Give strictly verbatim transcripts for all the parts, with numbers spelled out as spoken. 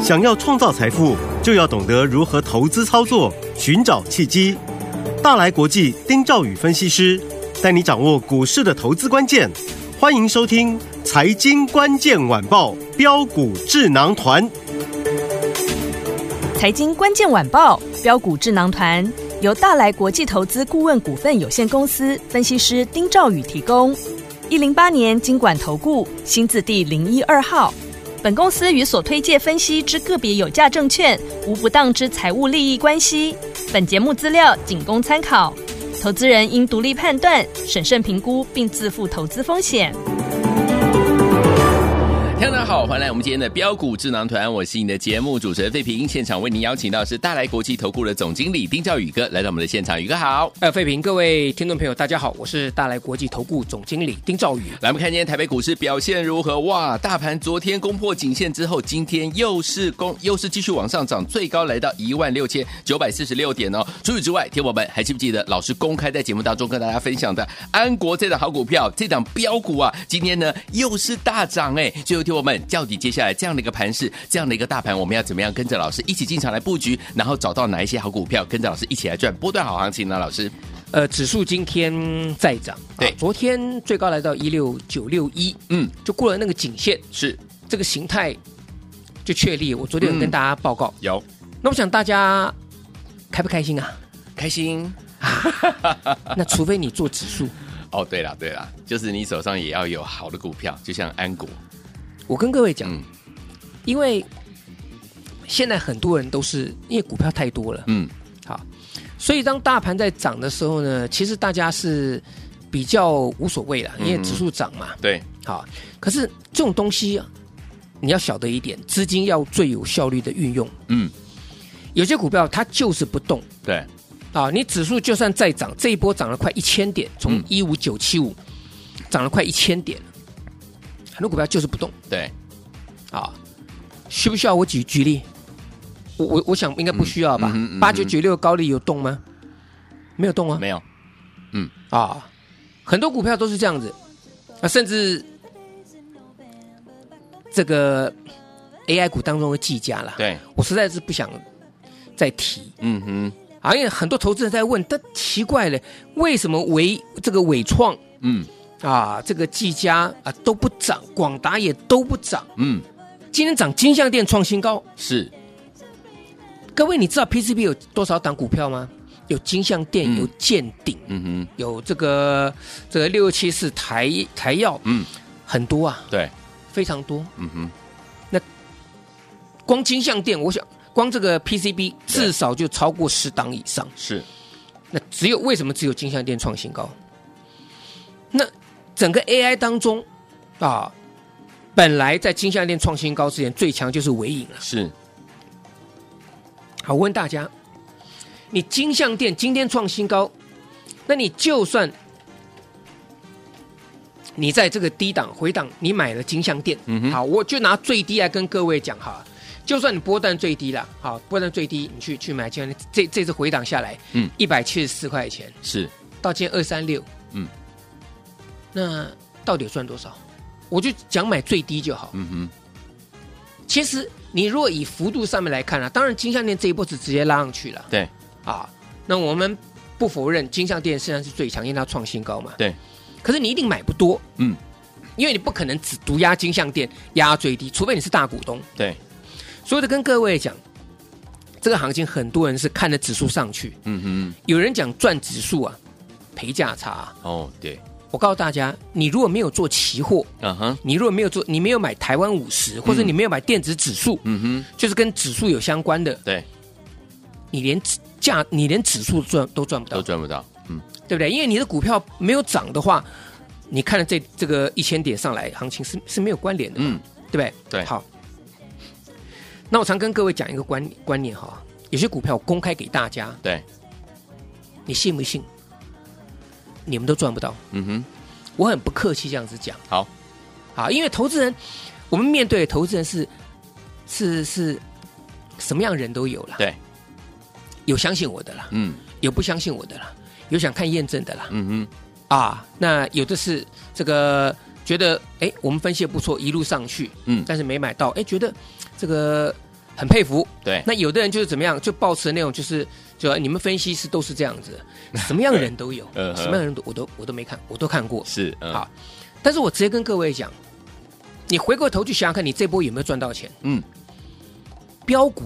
想要创造财富，就要懂得如何投资操作，寻找契机。大来国际丁兆宇分析师带你掌握股市的投资关键。欢迎收听《财经关键晚报》标股智囊团。 财经关键晚报标股智囊团由大来国际投资顾问股份有限公司分析师丁兆宇提供。一零八年金管投顾新字第零一二号。本公司与所推介分析之个别有价证券无不当之财务利益关系。本节目资料仅供参考，投资人应独立判断、审慎评估，并自负投资风险。 大家好，欢迎来我们今天的标股智囊团，我是你的节目主持人费平。现场为您邀请到是大来国际投顾的总经理丁兆宇哥来到我们的现场，宇哥好。 呃，费平，各位听众朋友大家好，我是大来国际投顾总经理丁兆宇。 来，我们看今天台北股市表现如何？哇，大盘昨天攻破颈线之后，今天又是攻，又是继续往上涨，最高来到一万六千九百四十六点哦。除此之外，听友们还记不记得老师公开在节目当中跟大家分享的安国这档好股票，这档标股啊，今天呢又是大涨哎。所以听友们，到底接下来这样的一个盘势，这样的一个大盘，我们要怎么样跟着老师一起进场来布局，然后找到哪一些好股票，跟着老师一起来赚波段好行情呢？老师， 呃，指数今天再涨， 对、 啊，昨天最高来到一六九六一，嗯，就过了那个颈线， 是这个形态就确立。我昨天有跟大家报告， 嗯、有。 那我想大家开不开心啊？ 开心啊！那除非你做指数。 哦，对了对了，就是你手上也要有好的股票，就像安国。 我跟各位讲、 嗯， 因为现在很多人都是因为股票太多了，嗯，好，所以当大盘在涨的时候呢，其实大家是比较无所谓了，因为指数涨嘛， 嗯、对， 好，可是这种东西啊，你要晓得一点，资金要最有效率的运用，嗯，有些股票它就是不动， 对， 啊，你指数就算再涨，这一波涨了快一千点，从一五九七五涨了快一千点。很多股票就是不动， 对， 啊，需不需要我举举例？我我我想应该不需要吧。八九九六高利有动吗？没有动啊， 没有。嗯啊，很多股票都是这样子啊，甚至这个 A I 股当中的技嘉啦， 对， 我实在是不想再提。嗯哼，啊，因为很多投资人在问，但奇怪了，为什么伟这个伟创，嗯。啊，这个技嘉啊都不涨，广达也都不涨。嗯，今天涨金像电创新高。 是， 各位你知道 P C B 有多少档股票吗？有金像电，嗯、有建鼎，嗯哼，有这个这个六七四台台药，嗯，很多啊， 对， 非常多。 嗯哼， 那光金像电，我想光这个 P C B 至少就超过十档以上。 是， 那只有为什么只有金像电创新高？那整个 A I 当中啊，本来在金像电创新高之前，最强就是伟影了。 是， 好，我问大家，你金像电今天创新高，那你就算你在这个低档回档，你买了金像电，嗯、好，我就拿最低来跟各位讲哈，就算你波段最低了，好，波段最低，你去去买金像电，这这次回档下来，嗯，一百七十四块钱， 是， 到今天二三六，嗯。那到底有赚多少？我就讲买最低就好。嗯哼。其实你如果以幅度上面来看啊，当然金像电这一波是直接拉上去了。 对。 啊，那我们不否认金像电实际上是最强，因为它创新高嘛。 对。 可是你一定买不多。嗯。因为你不可能只独压金像电压最低，除非你是大股东。 对。 所以的跟各位讲，这个行情很多人是看着指数上去。嗯哼。有人讲赚指数啊，赔价差、啊。 哦，对。 我告诉大家，你如果没有做期货，嗯哼，你如果没有做，你没有买台湾五十，或者你没有买电子指数，嗯哼，就是跟指数有相关的， 对， 你连价，你连指数赚都赚不到， 都赚不到，嗯， 对不对？因为你的股票没有涨的话，你看了这这个一千点上来，行情是是没有关联的，嗯，对不对？ 对， 好。那我常跟各位讲一个观观念哈，有些股票我公开给大家， 对， 你信不信？你们都赚不到。嗯哼，我很不客气这样子讲。 好， 好，因为投资人，我们面对的投资人是是是什么样人都有了。 对， 有相信我的啦，嗯，有不相信我的啦，有想看验证的啦，嗯哼，啊，那有的是这个觉得哎，我们分析的不错，一路上去，嗯，但是没买到，哎，觉得这个很佩服。 对， 那有的人就是怎么样，就抱持那种就是就你们分析师都是这样子，什么样的人都有， 呃、 什么样的人都我都我都没看，我都看过。 是，嗯、 好，但是我直接跟各位讲，你回过头去想想看，你这波有没有赚到钱？嗯，标股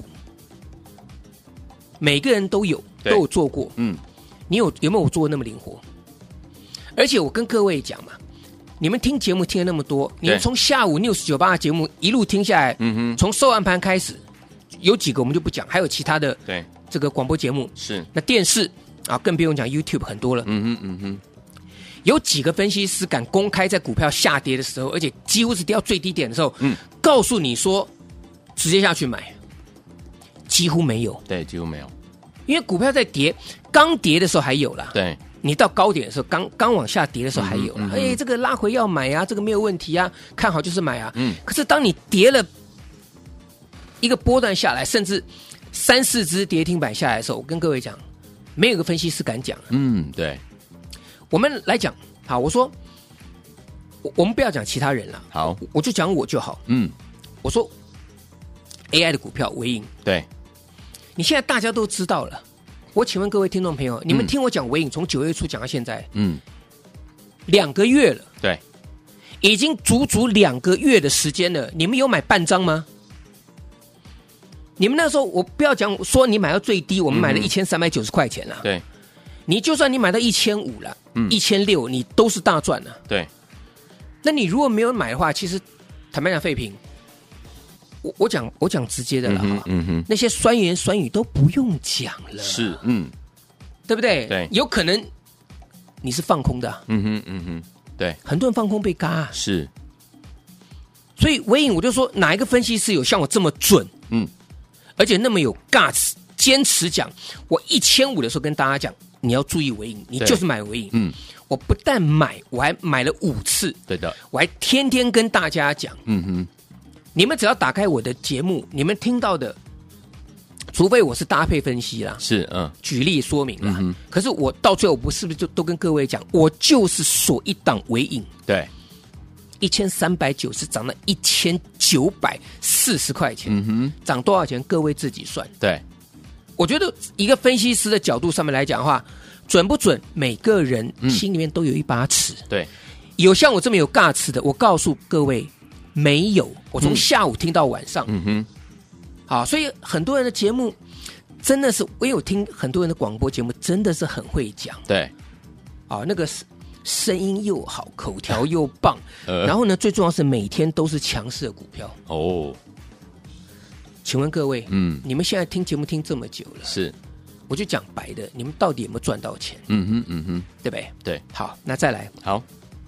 每个人都有都有做过，嗯，你有有没有做那么灵活？而且我跟各位讲嘛，你们听节目听了那么多，你们从下午 News 九八的节目一路听下来，嗯哼，从收完盘开始，有几个我们就不讲，还有其他的对这个广播节目是， 那电视啊更不用讲 YouTube 很多了，嗯哼嗯哼，有几个分析师敢公开在股票下跌的时候，而且几乎是跌到最低点的时候，嗯，告诉你说直接下去买，几乎没有， 对，几乎没有， 因为股票在跌，刚跌的时候还有啦， 对。 你到高点的时候，刚刚往下跌的时候还有了，哎、嗯嗯欸，这个拉回要买啊，这个没有问题啊，看好就是买啊。嗯。可是当你跌了一个波段下来，甚至三四只跌停板下来的时候，我跟各位讲，没有一个分析师敢讲。 嗯，对。 我们来讲，好，我说，我我们不要讲其他人了， 好， 我就讲我就好。嗯。我说 A I 的股票微影， 对， 你现在大家都知道了。我请问各位听众朋友，你们听我讲微影从九月初讲到现在，嗯，两个月了， 对， 已经足足两个月的时间了。你们有买半张吗？你们那时候我不要讲说你买到最低，我们买了一千三百九十块钱了， 对， 你就算你买到一千五了，嗯，一千六，你都是大赚了， 对。 那你如果没有买的话，其实坦白讲，废品。我我讲我讲直接的了哈、嗯嗯哼，那些酸言酸语都不用讲了， 是，嗯， 对不对？ 对， 有可能你是放空的、啊， 嗯哼嗯哼，对， 很多人放空被嘎、啊， 是， 所以微影我就说，哪一个分析师有像我这么准，嗯，而且那么有 guts， 坚持讲，我一千五的时候跟大家讲，你要注意微影，你就是买微影，嗯，我不但买，我还买了五次， 对的， 我还天天跟大家讲，嗯哼。你们只要打开我的节目，你们听到的，除非我是搭配分析啦， 是嗯， 举例说明啦。嗯、可是我到最后，我是不是就都跟各位讲，我就是锁一档微影， 对， 一千三百九十涨到一千九百四十块钱，嗯哼，涨多少钱？各位自己算。 对， 我觉得一个分析师的角度上面来讲的话，准不准？每个人心里面都有一把尺。 嗯、对， 有像我这么有尬尺的，我告诉各位。没有，我从下午听到晚上。嗯哼，好，所以很多人的节目真的是，我有听很多人的广播节目，真的是很会讲。 对， 啊，那个声音又好，口条又棒，呃、然后呢，最重要是每天都是强势的股票。哦，请问各位，嗯，你们现在听节目听这么久了， 是， 我就讲白的，你们到底有没有赚到钱？ 嗯哼，嗯哼， 对不对？ 对， 好，那再来， 好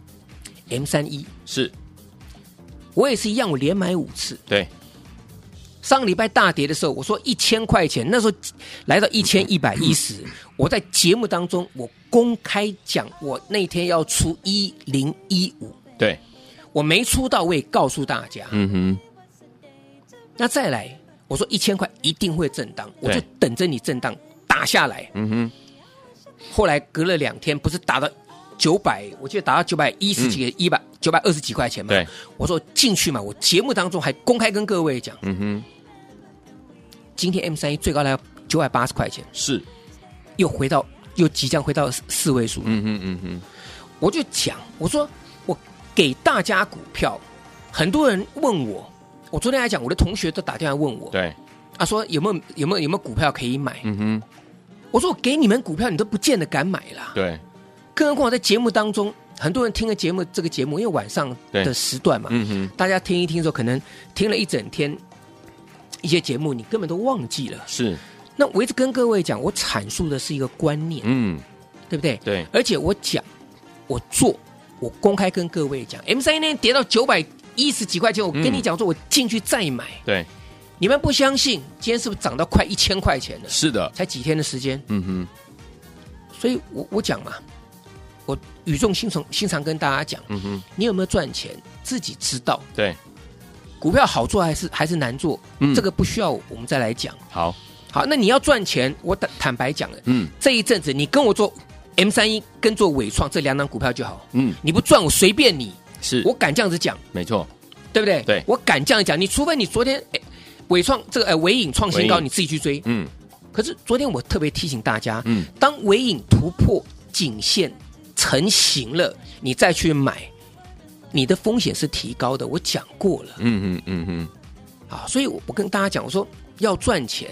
，M 三一是。 我也是一样，我连买五次。 对， 上个礼拜大跌的时候，我说一千块钱，那时候来到一千一百一十。我在节目当中，我公开讲，我那天要出一零一五。 对， 我没出到，我也告诉大家。嗯哼。那再来，我说一千块一定会震荡，我就等着你震荡打下来。嗯哼。后来隔了两天，不是打到九百，我记得打到九百一十几个，一百九百二十几块钱嘛。 对， 我说进去嘛，我节目当中还公开跟各位讲，嗯哼，今天 M 三一最高来到九百八十块钱， 是， 又回到又即将回到四位数，嗯哼嗯哼，我就讲，我说我给大家股票，很多人问我，我昨天还讲，我的同学都打电话问我， 对， 他说有没有有没有有没有股票可以买，嗯哼，我说我给你们股票，你都不见得敢买啦， 对。 更何况我在节目当中，很多人听了节目这个节目，因为晚上的时段嘛，嗯、大家听一听之后，可能听了一整天一些节目，你根本都忘记了。 是， 那我一直跟各位讲，我阐述的是一个观念，嗯，对不对？ 对。 而且我讲，我做，我公开跟各位讲 ，M 三一那天跌到九百一十几块钱，我跟你讲说，我进去再买。 对。 你们不相信，今天是不是涨到快一千块钱了？ 是的， 才几天的时间。嗯哼。所以我我讲嘛。我语重心长，心长跟大家讲，嗯哼，你有没有赚钱，自己知道。 对， 股票好做还是还是难做，嗯，这个不需要我们再来讲。 好， 好，那你要赚钱，我坦坦白讲了，嗯，这一阵子你跟我做 M 三一跟做伟创这两档股票就好，嗯，你不赚我随便你， 是我敢这样子讲， 没错， 对不对？ 对， 我敢这样讲，你除非你昨天伟创这个呃伟影创新高， 伟影你自己去追。 嗯， 可是昨天我特别提醒大家， 嗯， 当伟影突破颈线成型了，你再去买，你的风险是提高的。我讲过了， 嗯嗯嗯嗯， 啊，所以我我跟大家讲，我说要赚钱，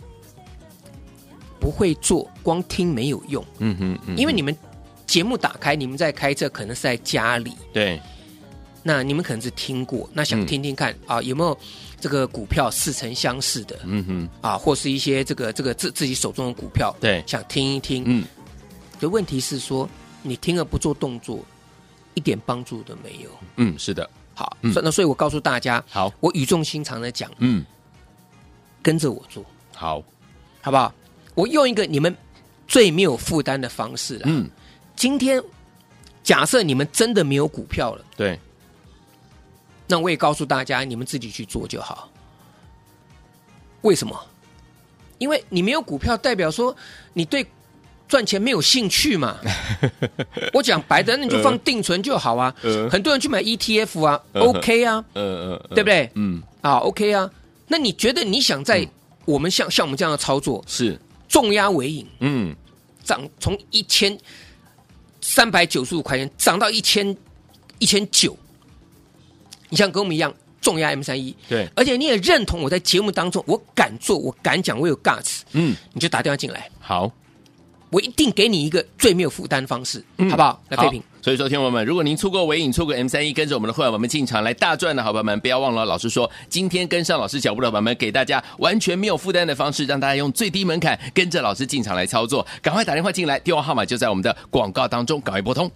不会做，光听没有用。 嗯哼嗯， 因为你们节目打开，你们在开车，可能是在家里， 对， 那你们可能是听过，那想听听看、嗯、啊，有没有这个股票似曾相识的， 嗯哼， 啊，或是一些这个这个自自己手中的股票， 对， 想听一听， 嗯， 的问题是说，你听了不做动作，一点帮助都没有。 嗯，是的， 好， 嗯那所以我告诉大家， 好， 我语重心长的讲， 嗯， 跟着我做， 好， 好不好？我用一个你们最没有负担的方式啦， 嗯， 今天假设你们真的没有股票了， 对， 那我也告诉大家，你们自己去做就好。为什么？因为你没有股票，代表说你对赚钱没有兴趣嘛。我讲白的，那你就放定存就好啊。 呃、 很多人去买 E T F 啊、呃、，OK 啊， 呃呃、 对不对？ 嗯， 啊 ，OK 啊。那你觉得你想在我们像、嗯、像我们这样的操作， 是重压尾影， 嗯， 涨从一千三百九十五块钱涨到一千一千九，你像跟我们一样重压 M 三一， 对， 而且你也认同我在节目当中，我敢做，我敢讲，我有 guts， 嗯， 你就打电话进来， 好， 我一定给你一个最没有负担方式，嗯、好不好？来，废品。 所以说，听众朋友们，如果您错过伟影、错过 M 三一，跟着我们的会员我们进场来大赚的好朋友们，不要忘了，老师说今天跟上老师脚步的好朋友们，给大家完全没有负担的方式，让大家用最低门槛跟着老师进场来操作。赶快打电话进来，电话号码就在我们的广告当中，赶快拨通。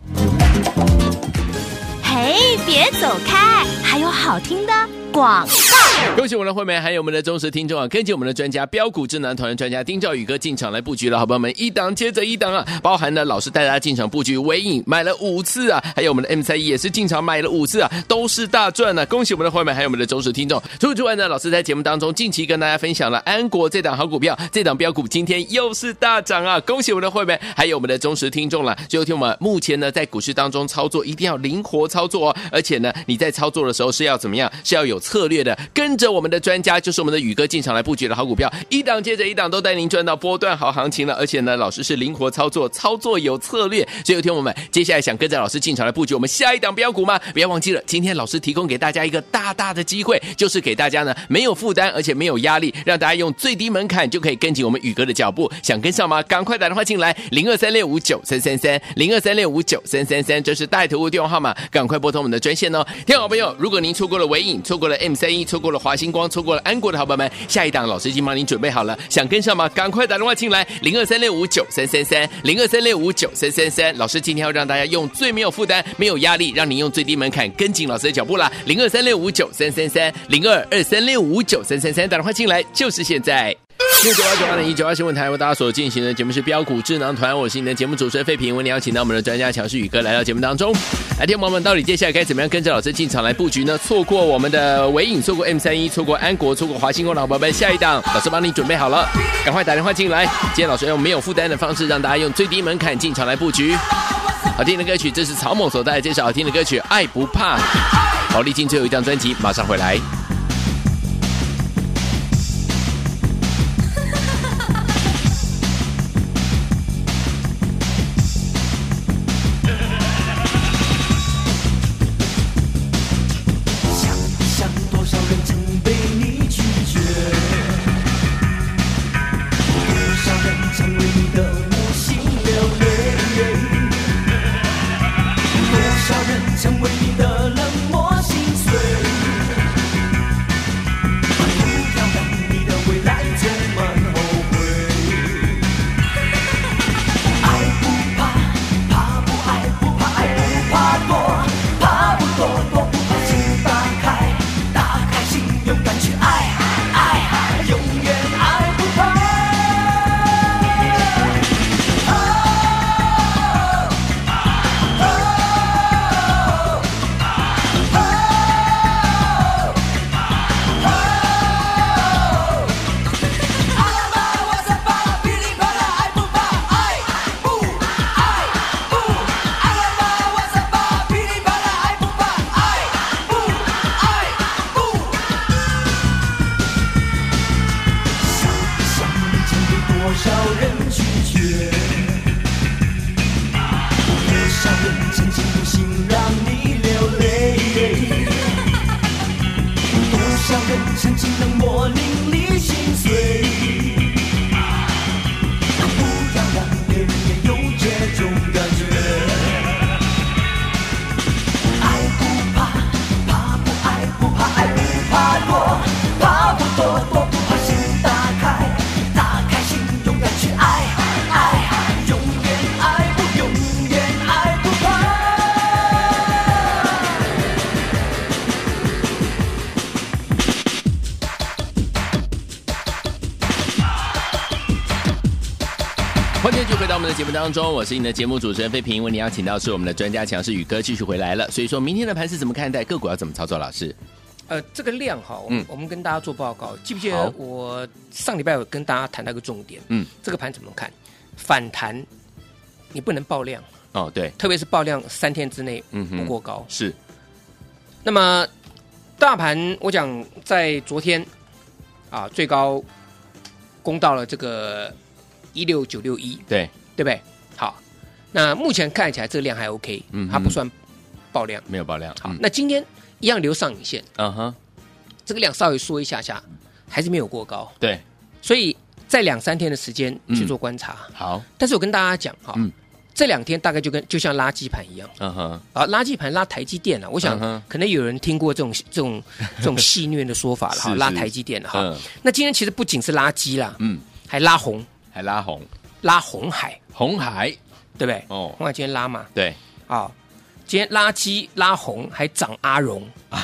嘿，别走开，还有好听的广告。 恭喜我们的会员，还有我们的忠实听众啊！跟紧我们的专家标股智囊团的专家丁兆宇哥进场来布局了，好朋友们，一档接着一档啊！包含了老师带大家进场布局伟影买了五次啊，还有我们的 M 三一也是进场买了五次啊，都是大赚啊！恭喜我们的会员，还有我们的忠实听众。除此之外呢，老师在节目当中近期跟大家分享了安国这档好股票，这档标股今天又是大涨啊！恭喜我们的会员，还有我们的忠实听众了。最后听我们目前呢，在股市当中操作一定要灵活操作哦，而且呢，你在操作的时候是要怎么样？是要有策略的，跟着我们的专家，就是我们的宇哥进场来布局的好股票，一档接着一档都带您赚到波段好行情了。而且呢，老师是灵活操作，操作有策略。所以有听我们接下来想跟着老师进场来布局我们下一档标股吗？不要忘记了，今天老师提供给大家一个大大的机会，就是给大家呢没有负担，而且没有压力，让大家用最低门槛就可以跟紧我们宇哥的脚步。想跟上吗？赶快打电话进来，零二三六五九三三三，零二三六五九三三三，这是带头的电话号码，赶快拨通我们的专线哦。听好朋友，如果您错过了伟影，错过了 M 三一，错过了华星光，错过了安国的好朋友们，下一档老师已经帮您准备好了，想跟上吗？赶快打电话进来，零二三六五九三三三，零二三六五九三三三。老师今天要让大家用最没有负担、没有压力，让您用最低门槛跟紧老师的脚步啦，零二三六五九三三三，零二二三六五九三三三，打电话进来就是现在。六九二九二零一九二新闻台为大家所进行的节目是标股智囊团，我是你的节目主持人费平，为你邀请到我们的专家强势宇哥来到节目当中。来，听众朋友们，到底接下来该怎么样跟着老师进场来布局呢？错过我们的伟影，错过 M 三一，错过安国，错过华星光的好朋友们，下一档老师帮你准备好了，赶快打电话进来。今天老师用没有负担的方式，让大家用最低门槛进场来布局。好听的歌曲，这是曹猛所带来这首好听的歌曲《爱不怕》。好，历经最后一张专辑，马上回来。 成为你的冷漠心碎。 少人拒绝？多少人曾经用心让你流泪？多少人曾经冷漠淋漓心碎？不要让别人也有这种感觉。爱不怕，怕不爱，不怕爱，不怕躲，怕不躲，躲不怕，心打开，打开心，勇敢去爱，爱，永远爱不，永远爱不怕。 欢迎继续回到我们的节目当中，我是你的节目主持人费平。为你邀请到是我们的专家强势宇哥继续回来了，所以说明天的盘是怎么看待，个股要怎么操作？老师， 呃，这个量哈，我们、嗯、我们跟大家做报告，记不记得我上礼拜有跟大家谈到一个重点？嗯，这个盘怎么看？反弹你不能爆量哦，对， 特别是爆量三天之内不过高、 嗯、是。 那么大盘我讲在昨天啊最高攻到了这个一六九六一， 对对不对？好，那目前看起来这个量还 OK，、嗯、它不算爆量， 没有爆量。 好，嗯、那今天一样留上影线， 嗯哼， 这个量稍微缩一下下，还是没有过高， 对， 所以在两三天的时间去做观察。 嗯、好， 但是我跟大家讲哈、嗯，这两天大概就跟就像垃圾盘一样，嗯哼，啊，垃圾盘拉台积电了、啊，我想、嗯、可能有人听过这种这种这种戏谑的说法了哈，拉台积电了哈、嗯。那今天其实不仅是拉鸡啦，嗯，还拉红。 还拉红， 拉红海， 红海， 对不对？ 哦， 红海今天拉嘛， 对， 啊、哦，今天拉鸡拉红，还涨阿荣，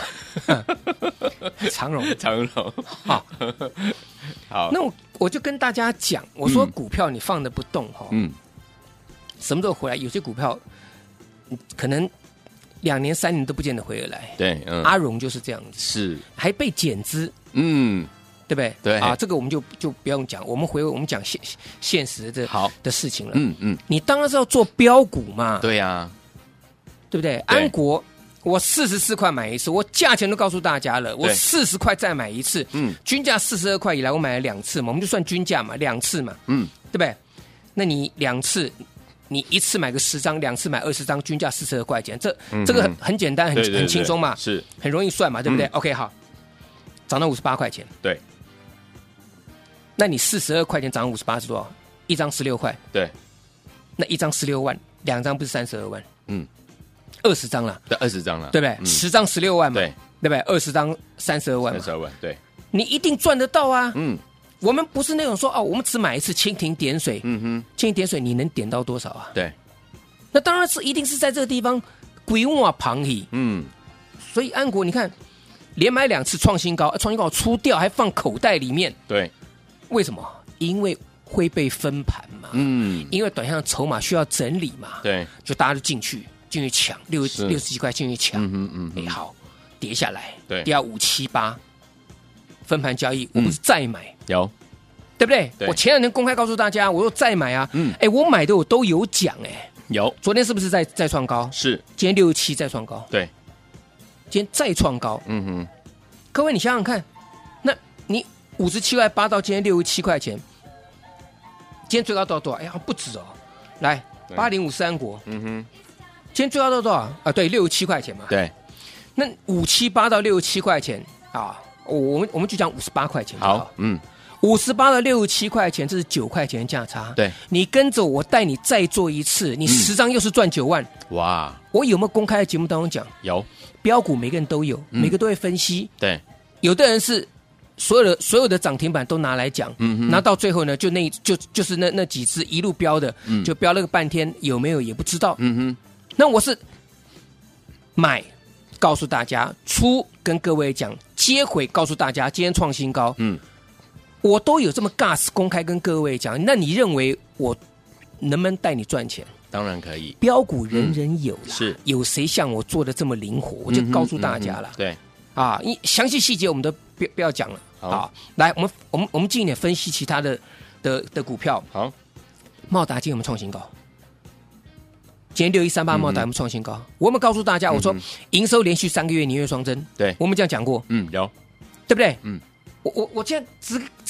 长荣， 长荣， 好， 好， 那我我就跟大家讲，我说股票你放着不动哈，嗯，什么时候回来？有些股票可能两年三年都不见得回得来， 对，嗯， 阿荣就是这样子， 是， 还被减资， 嗯。 对不对？ 对啊，这个我们就就不用讲，我们回我们讲现现实的好的事情了。 嗯嗯， 你当然是要做标股嘛。 对呀、啊， 对不对？安国，我四十四块买一次，我价钱都告诉大家了，我四十块再买一次。嗯，均价四十二块以来，我买了两次嘛，我们就算均价嘛，两次嘛。嗯，对不对？那你两次，你一次买个十张，两次买二十张，均价四十二块钱，这、嗯、这个很很简单，很对对对很轻松嘛， 是很容易算嘛，对不对、嗯、？OK， 好，涨到五十八块钱。 对。 那你四十二块钱涨五十八是多少？一张十六块， 对， 那一张十六万，两张不是三十二万？嗯，二十张了， 对，二十张了， 对不对？ 嗯、 十张十六万嘛， 对， 对不对？二十张三十二万， 三十二万，对， 你一定赚得到啊！ 嗯， 我们不是那种说哦，我们只买一次蜻蜓点水，嗯哼，蜻蜓点水你能点到多少啊？ 对， 那当然是一定是在这个地方鬼瓦旁移，嗯，所以安国你看连买两次创新高，创新高出掉还放口袋里面， 对。 为什么？因为会被分盘嘛，嗯，因为短线筹码需要整理嘛， 对， 就大家就进去进去抢六六十几块进去抢，嗯嗯嗯，哎好，跌下来， 对， 跌到五七八，分盘交易，我不是再买， 嗯、有， 对不对？ 对我前两天公开告诉大家，我说再买啊，嗯，哎，我买的我都有讲，哎， 有， 昨天是不是再再创高？ 是， 今天六十七再创高， 对， 今天再创高，嗯哼，各位你想想看，那你。五十七块八到今天六十七块钱，今天最高到多少？哎呀，不止哦！来，八零五三国，嗯哼，今天最高到多少啊？对，六十七块钱嘛。 对， 那五七八到六十七块钱啊，我们我们就讲五十八块钱就好。好，嗯，五十八到六十七块钱，这是九块钱的价差。 对， 你跟着我带你再做一次，你十张又是赚九万。 嗯、哇！我有没有公开的节目当中讲？ 有， 标股每个人都有，嗯、每个都会分析。 对， 有的人是。所有的所有的涨停板都拿来讲，嗯，拿到最后呢，就那就就是那那几只一路飙的，嗯，就飙了个半天，有没有也不知道，嗯哼。那我是买，告诉大家；出跟各位讲，接回告诉大家，今天创新高，嗯，我都有这么 gas 公开跟各位讲。那你认为我能不能带你赚钱？ 当然可以， 标股人人有啦， 嗯、是有谁像我做的这么灵活？我就告诉大家了， 嗯嗯、对。 啊，一详细细节我们都不不要讲了。好，来，我们我们我们进一点分析其他的的的股票。 好， 茂达今天我们创新高，今天六一三八茂达我们创新高。嗯、我们告诉大家，嗯、我说营收连续三个月年月双增， 对， 我们这样讲过， 嗯，有， 对不对？嗯，我我我现在只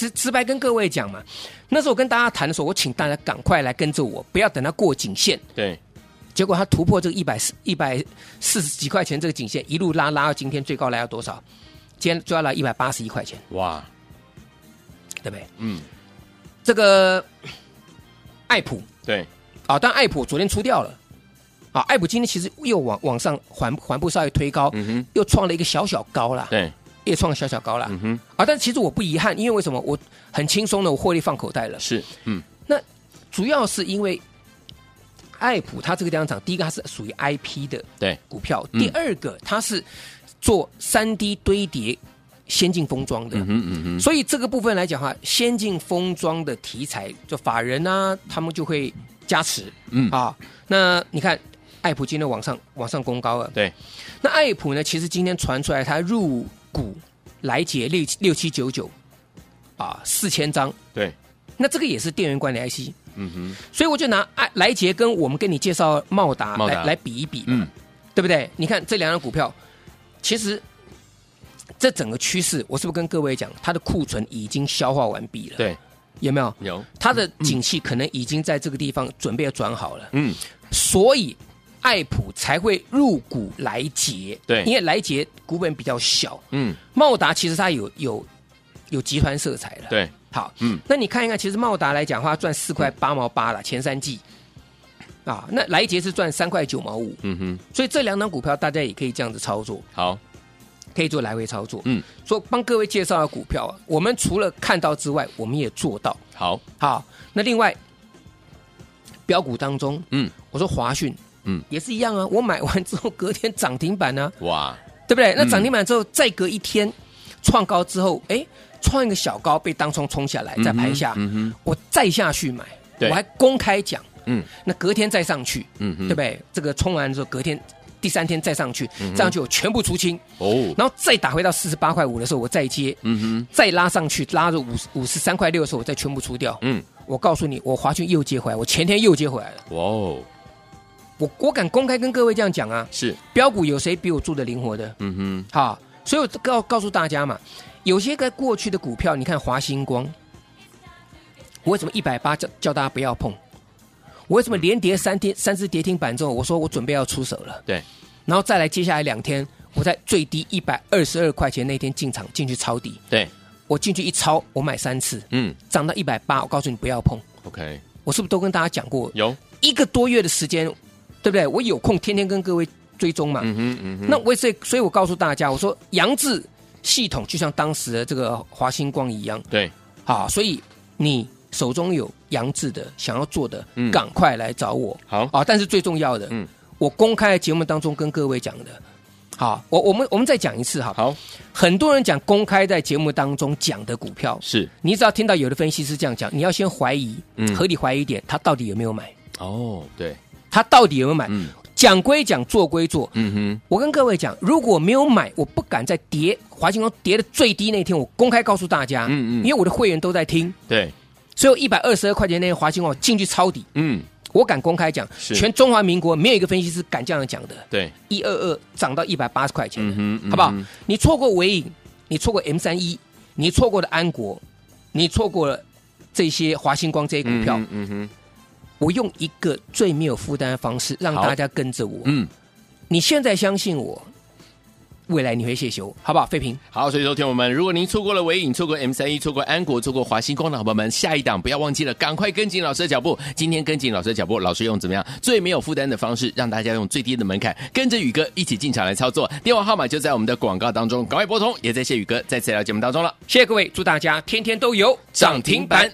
直直白跟各位讲嘛，那时候我跟大家谈的时候，我请大家赶快来跟着我，不要等它过颈线。 对， 结果它突破这个一百一百四十几块钱这个颈线，一路拉拉到今天最高来到多少？今天就要来一百八十一块钱， 哇， 对不对？ 嗯， 这个爱普对， 啊，但爱普昨天出掉了。啊，爱普今天其实又往往上缓缓步稍微推高， 嗯哼， 又创了一个小小高啦， 对， 也创了小小高啦， 嗯哼， 啊，但其实我不遗憾，因为为什么？我很轻松的，我获利放口袋了。 是，嗯， 那主要是因为爱普它这个地方涨，第一个它是属于 I P 的对股票， 嗯第二个它是做 三 D 堆叠先进封装的， 嗯哼嗯哼， 所以这个部分来讲的话，先进封装的题材，就法人啊，他们就会加持， 嗯啊，那你看。爱普今天往上往上攻高了， 对。 那爱普呢？其实今天传出来，它入股来捷六六七九九啊，四千张。 对。 那这个也是电源管理 I C， 嗯哼。 所以我就拿爱来捷跟我们跟你介绍茂达茂达来来比一比， 嗯， 对不对？你看这两张股票，其实这整个趋势，我是不是跟各位讲，它的库存已经消化完毕了？ 对。 有没有？ 有。 它的景气可能已经在这个地方准备要转好了。 嗯。 所以。爱普才会入股来捷， 对， 因为来捷股本比较小， 嗯， 茂达其实它有有有集团色彩了， 对， 好， 嗯， 那你看一看，其实茂达来讲的话，赚四块八毛八了，前三季，啊，那来捷是赚三块九毛五， 嗯哼， 所以这两档股票大家也可以这样子操作， 好， 可以做来回操作， 嗯， 所以帮各位介绍的股票啊，我们除了看到之外，我们也做到， 好， 好，那另外标股当中， 嗯， 我说华讯。嗯，也是一样啊。我买完之后，隔天涨停板呢、啊， 哇， 对不对？那涨停板之后，再隔一天创高之后，哎，创一个小高，被当冲冲下来，再盘下， 嗯哼， 我再下去买，我还公开讲， 嗯， 那隔天再上去， 嗯哼， 对不对？这个冲完之后，隔天第三天再上去， 嗯、 这样就全部出清哦， 然后再打回到四十八块五的时候，我再接， 嗯哼， 再拉上去，拉着五五十三块六的时候，我再全部出掉，嗯，我告诉你，我华讯又接回来，我前天又接回来了， 哇哦。 我我敢公开跟各位这样讲啊， 是标股有谁比我做的灵活的？嗯哼，好，所以我告告诉大家嘛，有些个过去的股票，你看华星光，我为什么一百八叫叫大家不要碰？我为什么连跌三天三次跌停板之后，我说我准备要出手了？ 对， 然后再来接下来两天，我在最低一百二十二块钱那天进场进去抄底， 对， 我进去一抄，我买三次， 嗯， 涨到一百八，我告诉你不要碰。 OK， 我是不是都跟大家讲过？ 有一个多月的时间。对不对？我有空天天跟各位追踪嘛。嗯哼嗯哼。那我所以，所以我告诉大家，我说扬智系统就像当时的这个华星光一样。 对。 好，所以你手中有扬智的，想要做的， 嗯、 赶快来找我。 好啊，但是最重要的，嗯，我公开的节目当中跟各位讲的。好，我我们我们再讲一次哈。 好。 很多人讲公开在节目当中讲的股票， 是你只要听到有的分析师这样讲，你要先怀疑，嗯，合理怀疑一点，他到底有没有买？ 哦，对。 他到底有没有买？ 嗯、 讲归讲，做归做。 嗯哼， 我跟各位讲，如果没有买，我不敢在跌华星光跌的最低那天，我公开告诉大家。嗯嗯，因为我的会员都在听。 对， 所以我一百二十二块钱那天华星光进去抄底。嗯，我敢公开讲，全中华民国没有一个分析师敢这样讲的。 对， 一二二涨到一百八十块钱， 嗯哼， 好不好？你错过微影，你错过 M 三一，你错过了安国，你错过了这些华星光这些股票。嗯, 嗯哼。我用一个最没有负担的方式，让大家跟着我。嗯，你现在相信我，未来你会谢谢我，好不好？废平好，所以说听我们，如果您错过了微影，错过 M 三一，错过安国，错过华星光的好朋友们，下一档不要忘记了，赶快跟紧老师的脚步。今天跟紧老师的脚步，老师用怎么样最没有负担的方式，让大家用最低的门槛，跟着宇哥一起进场来操作。电话号码就在我们的广告当中，赶快拨通。也再谢宇哥再次来到节目当中了， 谢谢各位，祝大家天天都有涨停板。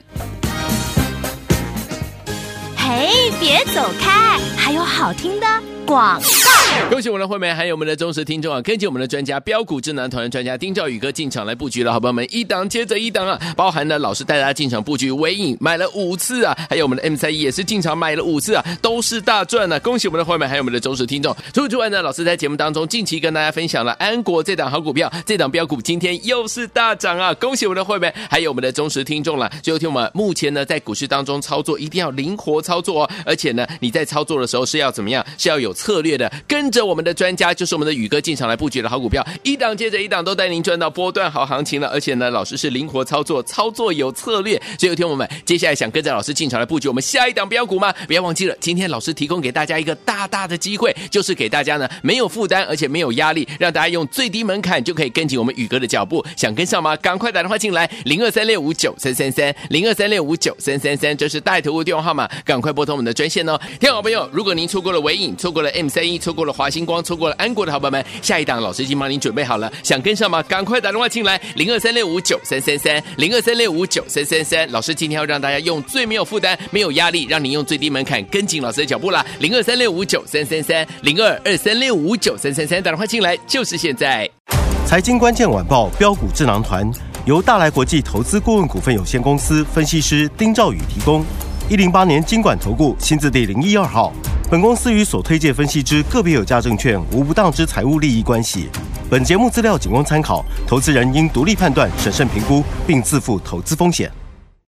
嘿，别走开，还有好听的广告。 恭喜我们的会员，还有我们的忠实听众啊！跟紧我们的专家标股智囊团专家丁兆宇哥进场来布局了，好朋友们，一档接着一档啊！包含了老师带大家进场布局微影买了五次啊，还有我们的 M 三一也是进场买了五次啊，都是大赚啊！恭喜我们的会员，还有我们的忠实听众。除此之外呢，老师在节目当中近期跟大家分享了安国这档好股票，这档标股今天又是大涨啊！恭喜我们的会员，还有我们的忠实听众了。最后听我们目前呢在股市当中操作一定要灵活操操作哦。而且呢，你在操作的时候是要怎么样？是要有策略的，跟着我们的专家，就是我们的宇哥进场来布局的好股票，一档接着一档都带您赚到波段好行情了。而且呢，老师是灵活操作，操作有策略。所以有听我们接下来想跟着老师进场来布局我们下一档标股吗？不要忘记了，今天老师提供给大家一个大大的机会，就是给大家呢没有负担，而且没有压力，让大家用最低门槛就可以跟紧我们宇哥的脚步。想跟上吗？赶快打电话进来，零二三六五九三三三，零二三六五九三三三，这是带头的电话号码，赶快拨通我们的专线哦。听好朋友，如果您错过了伟影，错过了 M 三一，错过了华星光，错过了安国的好朋友们，下一档老师已经帮您准备好了，想跟上吗？赶快打电话进来，零二三六五九三三三，零二三六五九三三三。老师今天要让大家用最没有负担、没有压力，让您用最低门槛跟紧老师的脚步啦。零二三六五九三三三，零二二三六五九三三三，打电话进来就是现在。 财经关键晚报标股智囊团由大来国际投资顾问股份有限公司分析师丁兆宇提供。一零八年金管投顾新字第零一二号。本公司与所推介分析之个别有价证券无不当之财务利益关系。本节目资料仅供参考，投资人应独立判断、审慎评估，并自负投资风险。